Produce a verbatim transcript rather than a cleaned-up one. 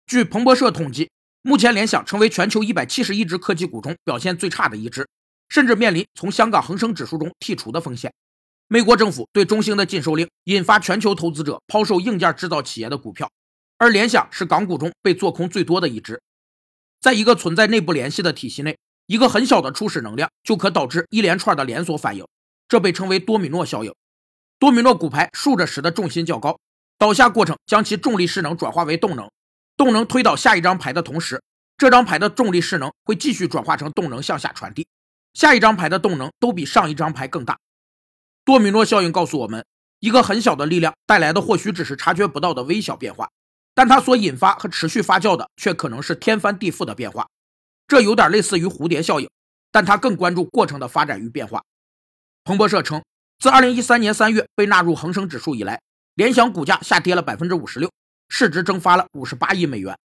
据彭博社统计，目前联想成为全球一百七十一只科技股中表现最差的一只，甚至面临从香港恒生指数中剔除的风险。美国政府对中兴的禁售令引发全球投资者抛售硬件制造企业的股票，而联想是港股中被做空最多的一只。在一个存在内部联系的体系内，一个很小的初始能量就可导致一连串的连锁反应，这被称为多米诺效应。多米诺骨牌竖着时的重心较高，倒下过程将其重力势能转化为动能，动能推倒下一张牌的同时，这张牌的重力势能会继续转化成动能向下传递，下一张牌的动能都比上一张牌更大。多米诺效应告诉我们，一个很小的力量带来的或许只是察觉不到的微小变化，但它所引发和持续发酵的却可能是天翻地覆的变化。这有点类似于蝴蝶效应，但它更关注过程的发展与变化。彭博社称，自二零一三年三月被纳入恒生指数以来，联想股价下跌了 百分之五十六， 市值蒸发了五十八亿美元，